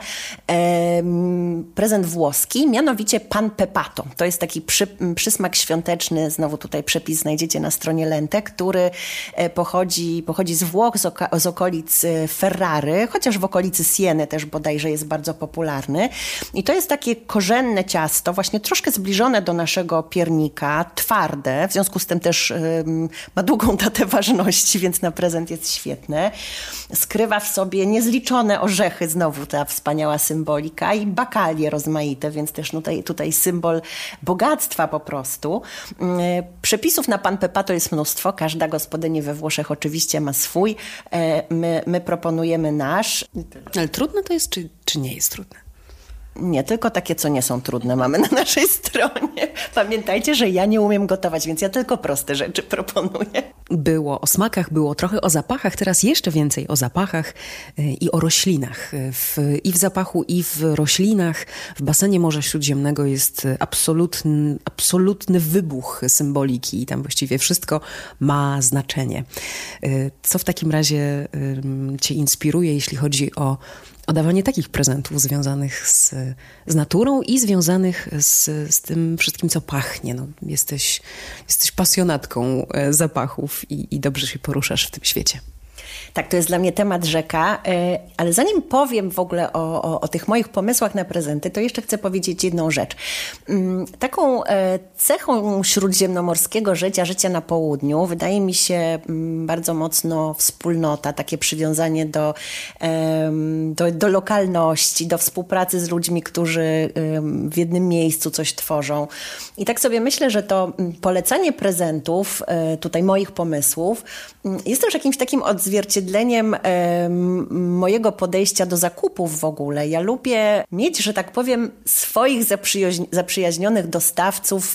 Prezent włoski, mianowicie pan pepato. To jest taki przy, przysmak świąteczny, znowu tutaj przepis znajdziecie na stronie Lente, który pochodzi, pochodzi z Włoch, z, oka, z okolic Ferrary, chociaż w okolicy Sieny też bodajże jest bardzo popularny. I to jest takie korzenne ciasto, właśnie troszkę zbliżone do naszego piernika, twarde, w związku z tym też ym, ma długą datę ważności, więc na prezent jest świetne. Skrywa w sobie niezliczone orzechy, znowu ta wspaniała symbolika, i bakalie rozmaite, więc też tutaj, tutaj symbol bogactwa po prostu. Yy, przepisów na pan pepato jest mnóstwo, każda gospodyni we Włoszech oczywiście ma swój. Yy, my, my proponujemy nasz. Ale trudne to jest, czy, czy nie jest trudne? Nie, tylko takie, co nie są trudne, mamy na naszej stronie. Pamiętajcie, że ja nie umiem gotować, więc ja tylko proste rzeczy proponuję. Było o smakach, było trochę o zapachach, teraz jeszcze więcej o zapachach i o roślinach. W, I w zapachu, i w roślinach w basenie Morza Śródziemnego jest absolutny, absolutny wybuch symboliki i tam właściwie wszystko ma znaczenie. Co w takim razie Cię inspiruje, jeśli chodzi o o dawanie takich prezentów związanych z, z naturą i związanych z, z tym wszystkim, co pachnie? No, jesteś, jesteś pasjonatką zapachów i, i dobrze się poruszasz w tym świecie. Tak, to jest dla mnie temat rzeka, ale zanim powiem w ogóle o, o, o tych moich pomysłach na prezenty, to jeszcze chcę powiedzieć jedną rzecz. Taką cechą śródziemnomorskiego życia, życia na południu, wydaje mi się bardzo mocno wspólnota, takie przywiązanie do, do, do lokalności, do współpracy z ludźmi, którzy w jednym miejscu coś tworzą. I tak sobie myślę, że to polecanie prezentów, tutaj moich pomysłów, jest też jakimś takim odzwierciedleniem mojego podejścia do zakupów w ogóle. Ja lubię mieć, że tak powiem, swoich zaprzyjaźni- zaprzyjaźnionych dostawców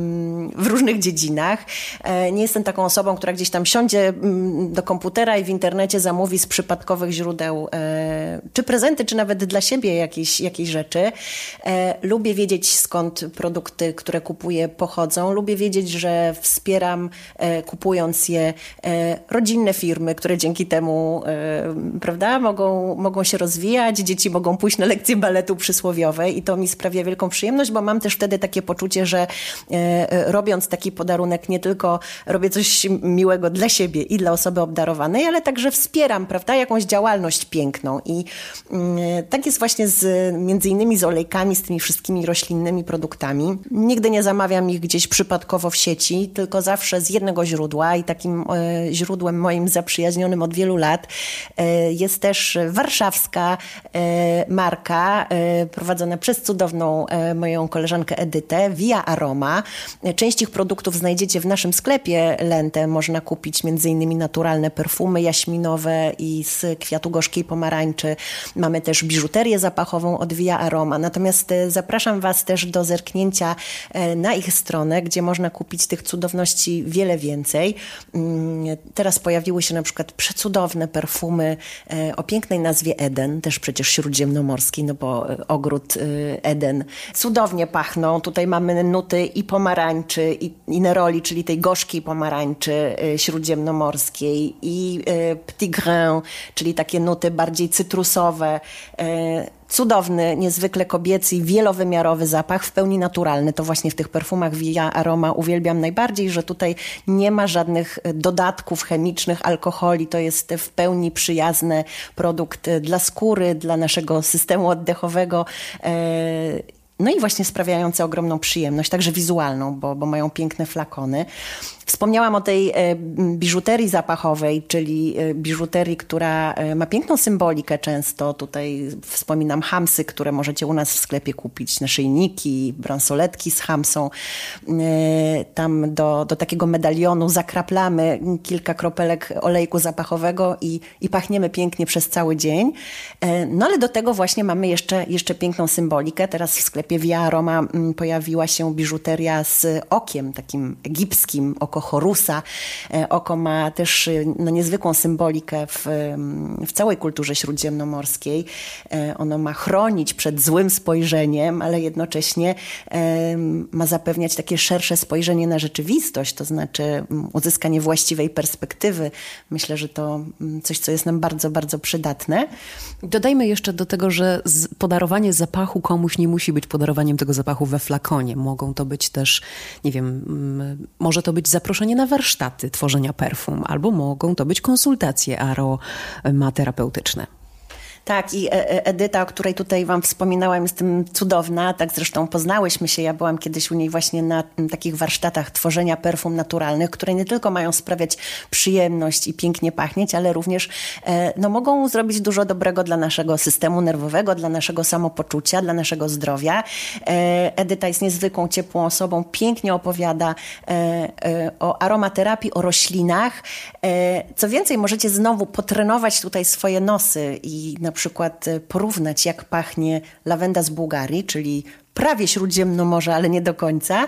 w różnych dziedzinach. Nie jestem taką osobą, która gdzieś tam siądzie do komputera i w internecie zamówi z przypadkowych źródeł czy prezenty, czy nawet dla siebie jakieś, jakieś rzeczy. Lubię wiedzieć, skąd produkty, które kupuję, pochodzą. Lubię wiedzieć, że wspieram, kupując je, rodzinne firmy, które dzięki temu, yy, prawda, mogą, mogą się rozwijać, dzieci mogą pójść na lekcje baletu przysłowiowej i to mi sprawia wielką przyjemność, bo mam też wtedy takie poczucie, że yy, robiąc taki podarunek nie tylko robię coś miłego dla siebie i dla osoby obdarowanej, ale także wspieram, prawda, jakąś działalność piękną i yy, tak jest właśnie z, między innymi z olejkami, z tymi wszystkimi roślinnymi produktami. Nigdy nie zamawiam ich gdzieś przypadkowo w sieci, tylko zawsze z jednego źródła i takim yy, źródłem moim zaprzyjaźnionym od wielu lat jest też warszawska marka prowadzona przez cudowną moją koleżankę Edytę, Via Aroma. Część ich produktów znajdziecie w naszym sklepie Lente. Można kupić między innymi naturalne perfumy jaśminowe i z kwiatu gorzkiej pomarańczy. Mamy też biżuterię zapachową od Via Aroma. Natomiast zapraszam Was też do zerknięcia na ich stronę, gdzie można kupić tych cudowności wiele więcej. Teraz pojawiły się na przykład przecudowne perfumy o pięknej nazwie Eden, też przecież śródziemnomorski, no bo ogród Eden. Cudownie pachną. Tutaj mamy nuty i pomarańczy, i, i neroli, czyli tej gorzkiej pomarańczy śródziemnomorskiej, i petit grain, czyli takie nuty bardziej cytrusowe. Cudowny, niezwykle kobiecy i wielowymiarowy zapach, w pełni naturalny. To właśnie w tych perfumach Via Aroma uwielbiam najbardziej, że tutaj nie ma żadnych dodatków chemicznych, alkoholi. To jest w pełni przyjazny produkt dla skóry, dla naszego systemu oddechowego. No i właśnie sprawiające ogromną przyjemność, także wizualną, bo, bo mają piękne flakony. Wspomniałam o tej biżuterii zapachowej, czyli biżuterii, która ma piękną symbolikę często. Tutaj wspominam hamsy, które możecie u nas w sklepie kupić, naszyjniki, bransoletki z hamsą. Tam do, do takiego medalionu zakraplamy kilka kropelek olejku zapachowego i, i pachniemy pięknie przez cały dzień. No ale do tego właśnie mamy jeszcze, jeszcze piękną symbolikę. Teraz w sklepie Via Aroma pojawiła się biżuteria z okiem, takim egipskim, oko Horusa. Oko ma też no, niezwykłą symbolikę w, w całej kulturze śródziemnomorskiej. Ono ma chronić przed złym spojrzeniem, ale jednocześnie ma zapewniać takie szersze spojrzenie na rzeczywistość, to znaczy uzyskanie właściwej perspektywy. Myślę, że to coś, co jest nam bardzo, bardzo przydatne. Dodajmy jeszcze do tego, że podarowanie zapachu komuś nie musi być podarowaniem tego zapachu we flakonie. Mogą to być też, nie wiem, może to być zaproszenie na warsztaty tworzenia perfum, albo mogą to być konsultacje aromaterapeutyczne. Tak, i Edyta, o której tutaj wam wspominałam, jest tym cudowna. Tak zresztą poznałyśmy się. Ja byłam kiedyś u niej właśnie na takich warsztatach tworzenia perfum naturalnych, które nie tylko mają sprawiać przyjemność i pięknie pachnieć, ale również no, mogą zrobić dużo dobrego dla naszego systemu nerwowego, dla naszego samopoczucia, dla naszego zdrowia. Edyta jest niezwykłą, ciepłą osobą, pięknie opowiada o aromaterapii, o roślinach. Co więcej, możecie znowu potrenować tutaj swoje nosy i na przykład porównać, jak pachnie lawenda z Bułgarii, czyli prawie Śródziemnomorza, ale nie do końca,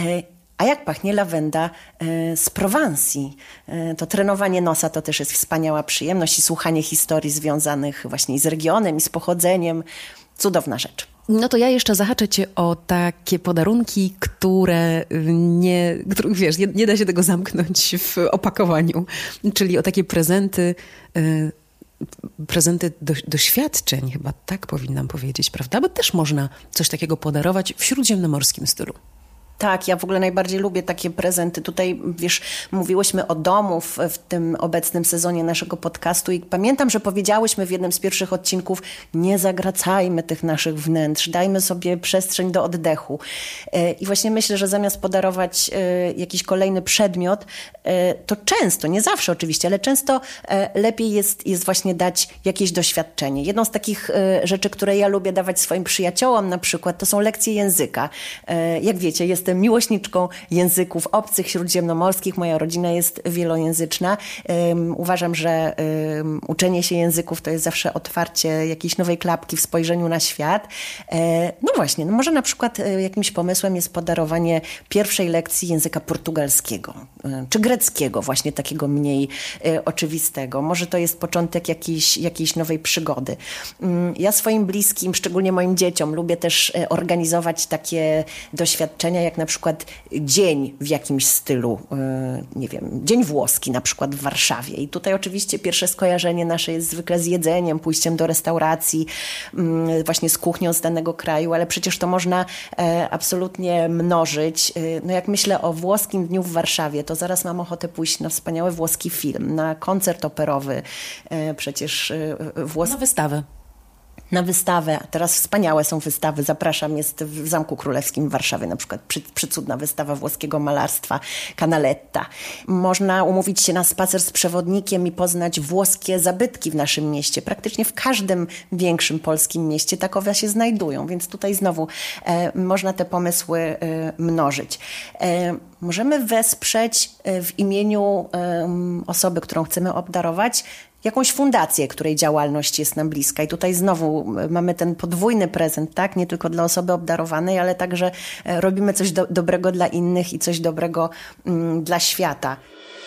a jak pachnie lawenda z Prowansji. To trenowanie nosa to też jest wspaniała przyjemność i słuchanie historii związanych właśnie z regionem i z pochodzeniem. Cudowna rzecz. No to ja jeszcze zahaczę cię o takie podarunki, które nie, których, wiesz, nie, nie da się tego zamknąć w opakowaniu, czyli o takie prezenty, y, prezenty do, doświadczeń, chyba tak powinnam powiedzieć, prawda? Bo też można coś takiego podarować w śródziemnomorskim stylu. Tak, ja w ogóle najbardziej lubię takie prezenty. Tutaj, wiesz, mówiłyśmy o domu w, w tym obecnym sezonie naszego podcastu i pamiętam, że powiedziałyśmy w jednym z pierwszych odcinków, nie zagracajmy tych naszych wnętrz, dajmy sobie przestrzeń do oddechu. I właśnie myślę, że zamiast podarować jakiś kolejny przedmiot, to często, nie zawsze oczywiście, ale często lepiej jest, jest właśnie dać jakieś doświadczenie. Jedną z takich rzeczy, które ja lubię dawać swoim przyjaciołom na przykład, to są lekcje języka. Jak wiecie, jest Jestem miłośniczką języków obcych, śródziemnomorskich. Moja rodzina jest wielojęzyczna. Um, uważam, że um, uczenie się języków to jest zawsze otwarcie jakiejś nowej klapki w spojrzeniu na świat. E, no właśnie, no może na przykład e, jakimś pomysłem jest podarowanie pierwszej lekcji języka portugalskiego, e, czy greckiego, właśnie takiego mniej e, oczywistego. Może to jest początek jakiejś, jakiejś nowej przygody. Um, ja swoim bliskim, szczególnie moim dzieciom, lubię też e, organizować takie doświadczenia, jak na przykład dzień w jakimś stylu, nie wiem, dzień włoski na przykład w Warszawie. I tutaj oczywiście pierwsze skojarzenie nasze jest zwykle z jedzeniem, pójściem do restauracji, właśnie z kuchnią z danego kraju, ale przecież to można absolutnie mnożyć. No jak myślę o włoskim dniu w Warszawie, to zaraz mam ochotę pójść na wspaniały włoski film, na koncert operowy, przecież włoski... Na wystawę. Na wystawę. Teraz wspaniałe są wystawy. Zapraszam, jest w Zamku Królewskim w Warszawie na przykład przecudna wystawa włoskiego malarstwa Canaletta. Można umówić się na spacer z przewodnikiem i poznać włoskie zabytki w naszym mieście. Praktycznie w każdym większym polskim mieście takowe się znajdują, więc tutaj znowu e, można te pomysły e, mnożyć. E, możemy wesprzeć e, w imieniu e, osoby, którą chcemy obdarować, jakąś fundację, której działalność jest nam bliska. I tutaj znowu mamy ten podwójny prezent, tak? Nie tylko dla osoby obdarowanej, ale także robimy coś do, dobrego dla innych i coś dobrego mm, dla świata.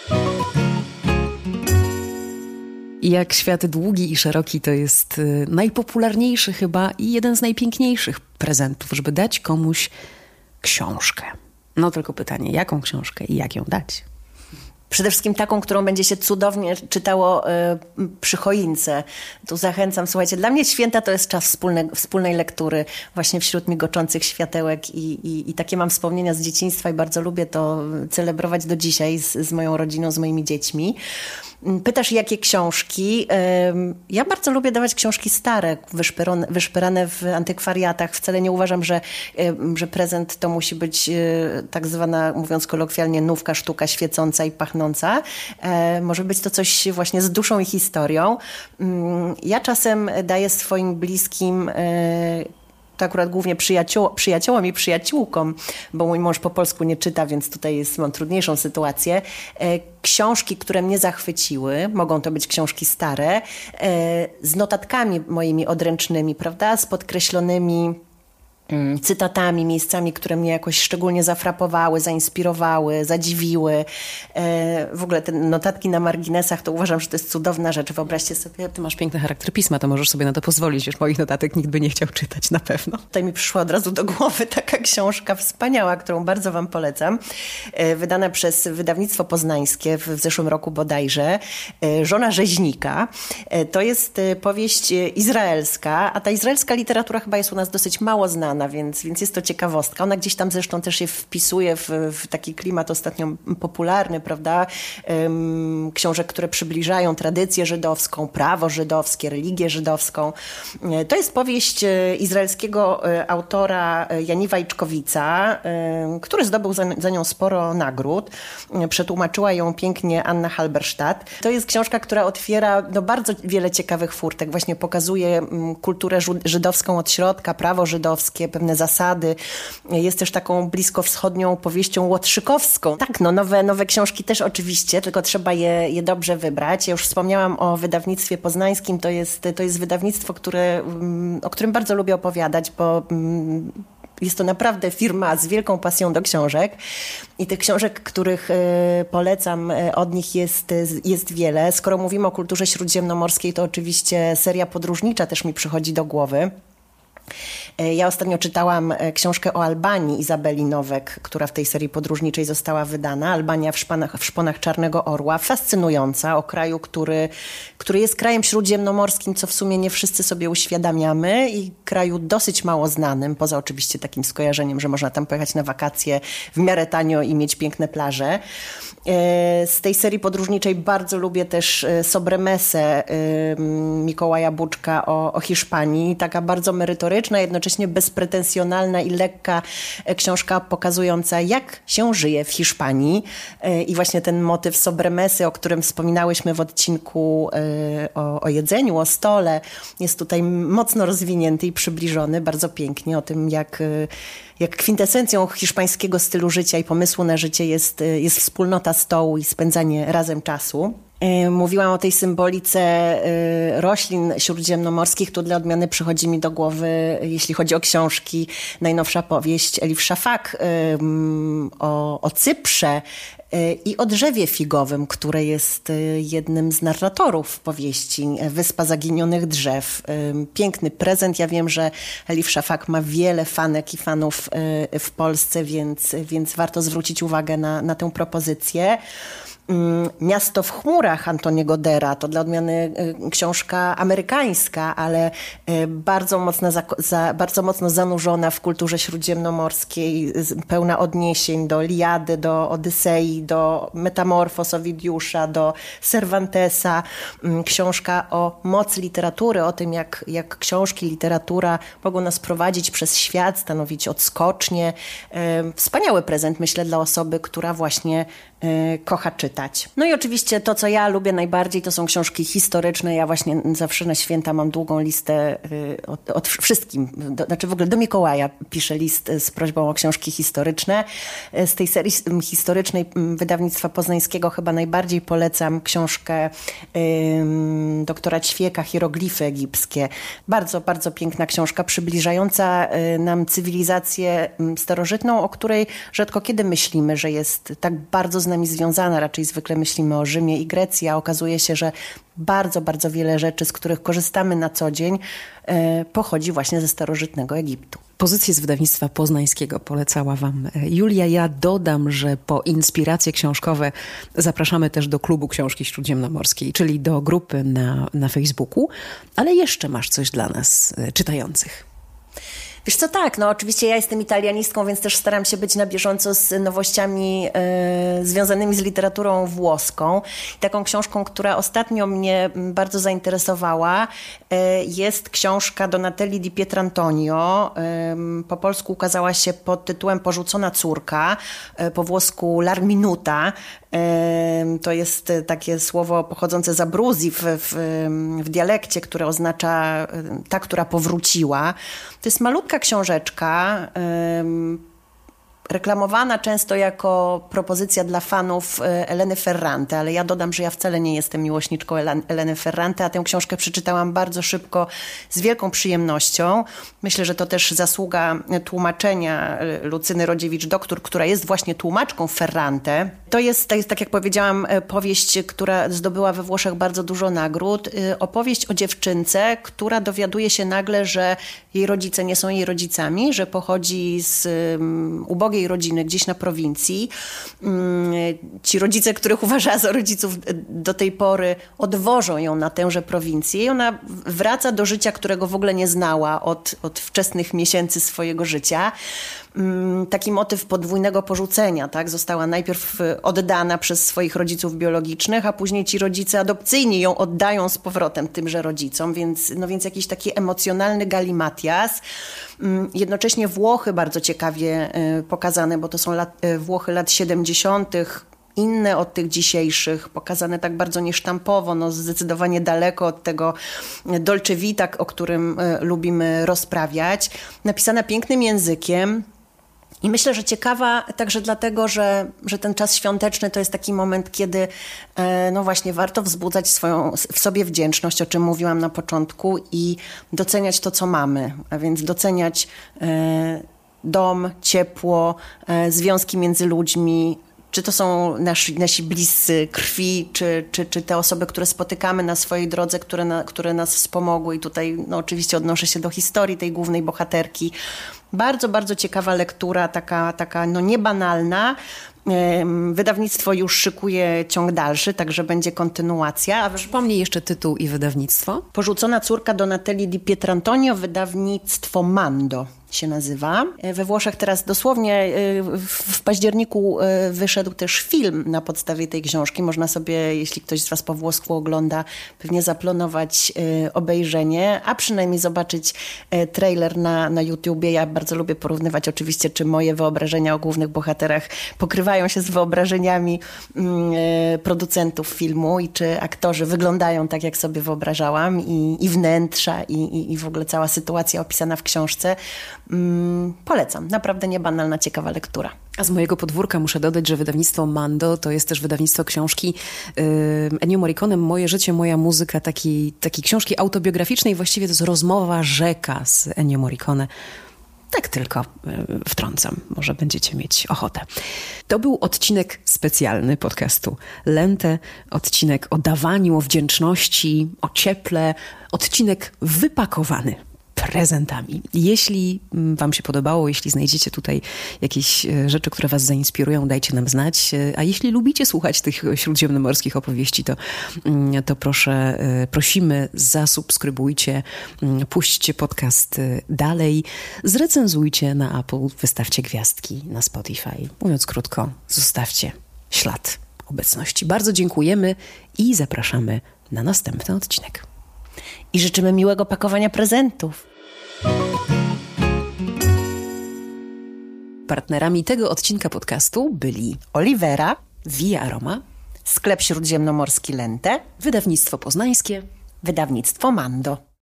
I jak świat długi i szeroki, to jest najpopularniejszy chyba i jeden z najpiękniejszych prezentów, żeby dać komuś książkę. No tylko pytanie, jaką książkę i jak ją dać? Przede wszystkim taką, którą będzie się cudownie czytało y, przy choince. Tu zachęcam, słuchajcie, dla mnie święta to jest czas wspólne, wspólnej lektury, właśnie wśród migoczących światełek i, i, i takie mam wspomnienia z dzieciństwa i bardzo lubię to celebrować do dzisiaj z, z moją rodziną, z moimi dziećmi. Pytasz, jakie książki? Ja bardzo lubię dawać książki stare, wyszperone, wyszperane w antykwariatach. Wcale nie uważam, że, że prezent to musi być tak zwana, mówiąc kolokwialnie, nówka, sztuka świecąca i pachnąca. Może być to coś właśnie z duszą i historią. Ja czasem daję swoim bliskim, to akurat głównie przyjaciół, przyjaciołom i przyjaciółkom, bo mój mąż po polsku nie czyta, więc tutaj jest, mam trudniejszą sytuację. Książki, które mnie zachwyciły, mogą to być książki stare, z notatkami moimi odręcznymi, prawda, z podkreślonymi cytatami, miejscami, które mnie jakoś szczególnie zafrapowały, zainspirowały, zadziwiły. W ogóle te notatki na marginesach, to uważam, że to jest cudowna rzecz. Wyobraźcie sobie... Ty masz piękny charakter pisma, to możesz sobie na to pozwolić. Już moich notatek nikt by nie chciał czytać, na pewno. Tutaj mi przyszła od razu do głowy taka książka wspaniała, którą bardzo wam polecam. Wydana przez wydawnictwo poznańskie w zeszłym roku bodajże. Żona rzeźnika. To jest powieść izraelska, a ta izraelska literatura chyba jest u nas dosyć mało znana, Więc, więc jest to ciekawostka. Ona gdzieś tam zresztą też się wpisuje w, w taki klimat ostatnio popularny, prawda? Um, książek, które przybliżają tradycję żydowską, prawo żydowskie, religię żydowską. To jest powieść izraelskiego autora Janiwa Iczkowica, który zdobył za, za nią sporo nagród. Przetłumaczyła ją pięknie Anna Halberstadt. To jest książka, która otwiera no, bardzo wiele ciekawych furtek. Właśnie pokazuje kulturę żydowską od środka, prawo żydowskie, pewne zasady. Jest też taką bliskowschodnią powieścią łotrzykowską. Tak, no nowe, nowe książki też oczywiście, tylko trzeba je, je dobrze wybrać. Ja już wspomniałam o wydawnictwie poznańskim. To jest, to jest wydawnictwo, które, o którym bardzo lubię opowiadać, bo jest to naprawdę firma z wielką pasją do książek i tych książek, których polecam, od nich jest, jest wiele. Skoro mówimy o kulturze śródziemnomorskiej, to oczywiście seria podróżnicza też mi przychodzi do głowy. Ja ostatnio czytałam książkę o Albanii Izabeli Nowek, która w tej serii podróżniczej została wydana. Albania w szponach, w szponach Czarnego Orła. Fascynująca, o kraju, który, który jest krajem śródziemnomorskim, co w sumie nie wszyscy sobie uświadamiamy i kraju dosyć mało znanym, poza oczywiście takim skojarzeniem, że można tam pojechać na wakacje w miarę tanio i mieć piękne plaże. Z tej serii podróżniczej bardzo lubię też Sobremesę Mikołaja Buczka o, o Hiszpanii. Taka bardzo merytoryczna, jednocześnie bezpretensjonalna i lekka książka pokazująca, jak się żyje w Hiszpanii. I właśnie ten motyw sobremesy, o którym wspominałyśmy w odcinku o, o jedzeniu, o stole, jest tutaj mocno rozwinięty i przybliżony bardzo pięknie o tym, jak jak kwintesencją hiszpańskiego stylu życia i pomysłu na życie jest, jest wspólnota stołu i spędzanie razem czasu. Mówiłam o tej symbolice roślin śródziemnomorskich. Tu dla odmiany przychodzi mi do głowy, jeśli chodzi o książki, najnowsza powieść Elif Shafak o, o Cyprze i o drzewie figowym, które jest jednym z narratorów powieści Wyspa Zaginionych Drzew. Piękny prezent. Ja wiem, że Elif Shafak ma wiele fanek i fanów w Polsce, więc, więc warto zwrócić uwagę na, na tę propozycję. Miasto w chmurach Antoniego Dera, to dla odmiany książka amerykańska, ale bardzo mocno, za, bardzo mocno zanurzona w kulturze śródziemnomorskiej, pełna odniesień do Iliady, do Odysei, do Metamorfos Owidiusza, do Cervantesa. Książka o mocy literatury, o tym, jak, jak książki, literatura mogą nas prowadzić przez świat, stanowić odskocznie. Wspaniały prezent, myślę, dla osoby, która właśnie kocha czytać. No i oczywiście to, co ja lubię najbardziej, to są książki historyczne. Ja właśnie zawsze na święta mam długą listę od, od wszystkim. Do, znaczy w ogóle do Mikołaja piszę list z prośbą o książki historyczne. Z tej serii historycznej wydawnictwa poznańskiego chyba najbardziej polecam książkę ym, doktora Ćwieka Hieroglify egipskie. Bardzo, bardzo piękna książka, przybliżająca nam cywilizację starożytną, o której rzadko kiedy myślimy, że jest tak bardzo znacząca nami związana. Raczej zwykle myślimy o Rzymie i Grecji, a okazuje się, że bardzo, bardzo wiele rzeczy, z których korzystamy na co dzień, pochodzi właśnie ze starożytnego Egiptu. Pozycję z wydawnictwa poznańskiego polecała wam Julia. Ja dodam, że po inspiracje książkowe zapraszamy też do Klubu Książki Śródziemnomorskiej, czyli do grupy na, na Facebooku. Ale jeszcze masz coś dla nas czytających. Wiesz co, tak, no oczywiście ja jestem italianistką, więc też staram się być na bieżąco z nowościami y, związanymi z literaturą włoską. Taką książką, która ostatnio mnie bardzo zainteresowała, y, jest książka Donatelli di Pietrantonio. Y, po polsku ukazała się pod tytułem Porzucona córka, y, po włosku L'Arminuta. To jest takie słowo pochodzące z Abruzji w, w, w dialekcie, które oznacza ta, która powróciła. To jest malutka książeczka, reklamowana często jako propozycja dla fanów Eleny Ferrante, ale ja dodam, że ja wcale nie jestem miłośniczką Eleny Ferrante, a tę książkę przeczytałam bardzo szybko, z wielką przyjemnością. Myślę, że to też zasługa tłumaczenia Lucyny Rodziewicz-Doktor, która jest właśnie tłumaczką Ferrante. To jest, to jest, tak jak powiedziałam, powieść, która zdobyła we Włoszech bardzo dużo nagród. Opowieść o dziewczynce, która dowiaduje się nagle, że jej rodzice nie są jej rodzicami, że pochodzi z um, ubogiej rodziny gdzieś na prowincji. Um, ci rodzice, których uważała za rodziców do tej pory, odwożą ją na tęże prowincję i ona wraca do życia, którego w ogóle nie znała od, od wczesnych miesięcy swojego życia. Taki motyw podwójnego porzucenia, tak? Została najpierw oddana przez swoich rodziców biologicznych, a później ci rodzice adopcyjni ją oddają z powrotem tymże rodzicom, więc, no więc jakiś taki emocjonalny galimatias. Jednocześnie Włochy bardzo ciekawie pokazane, bo to są lat, Włochy lat siedemdziesiątych, inne od tych dzisiejszych, pokazane tak bardzo niesztampowo, no zdecydowanie daleko od tego dolce vita, o którym lubimy rozprawiać. Napisana pięknym językiem. I myślę, że ciekawa także dlatego, że, że ten czas świąteczny to jest taki moment, kiedy no właśnie warto wzbudzać swoją, w sobie wdzięczność, o czym mówiłam na początku, i doceniać to, co mamy. A więc doceniać dom, ciepło, związki między ludźmi, czy to są nasi, nasi bliscy krwi, czy, czy, czy te osoby, które spotykamy na swojej drodze, które, na, które nas wspomogły. I tutaj no, oczywiście odnoszę się do historii tej głównej bohaterki. Bardzo, bardzo ciekawa lektura, taka, taka no niebanalna. Wydawnictwo już szykuje ciąg dalszy, także będzie kontynuacja. A przypomnij jeszcze tytuł i wydawnictwo. Porzucona córka Donatelli di Pietrantonio, wydawnictwo Mando się nazywa. We Włoszech teraz dosłownie w październiku wyszedł też film na podstawie tej książki. Można sobie, jeśli ktoś z was po włosku ogląda, pewnie zaplanować obejrzenie, a przynajmniej zobaczyć trailer na, na YouTubie. Ja bardzo lubię porównywać oczywiście, czy moje wyobrażenia o głównych bohaterach pokrywają się z wyobrażeniami producentów filmu i czy aktorzy wyglądają tak, jak sobie wyobrażałam, i, i wnętrza, i, i, i w ogóle cała sytuacja opisana w książce. Mm, polecam. Naprawdę niebanalna, ciekawa lektura. A z mojego podwórka muszę dodać, że wydawnictwo Mando to jest też wydawnictwo książki yy, Ennio Morricone, Moje życie, moja muzyka, takiej taki książki autobiograficznej. Właściwie to jest rozmowa rzeka z Ennio Morricone. Tak tylko yy, wtrącam. Może będziecie mieć ochotę. To był odcinek specjalny podcastu Lente. Odcinek o dawaniu, o wdzięczności, o cieple. Odcinek wypakowany prezentami. Jeśli wam się podobało, jeśli znajdziecie tutaj jakieś rzeczy, które was zainspirują, dajcie nam znać. A jeśli lubicie słuchać tych śródziemnomorskich opowieści, to, to proszę, prosimy, zasubskrybujcie, puśćcie podcast dalej, zrecenzujcie na Apple, wystawcie gwiazdki na Spotify. Mówiąc krótko, zostawcie ślad obecności. Bardzo dziękujemy i zapraszamy na następny odcinek. I życzymy miłego pakowania prezentów. Partnerami tego odcinka podcastu byli Olivera, Via Aroma, Sklep Śródziemnomorski Lente, Wydawnictwo Poznańskie, Wydawnictwo Mando.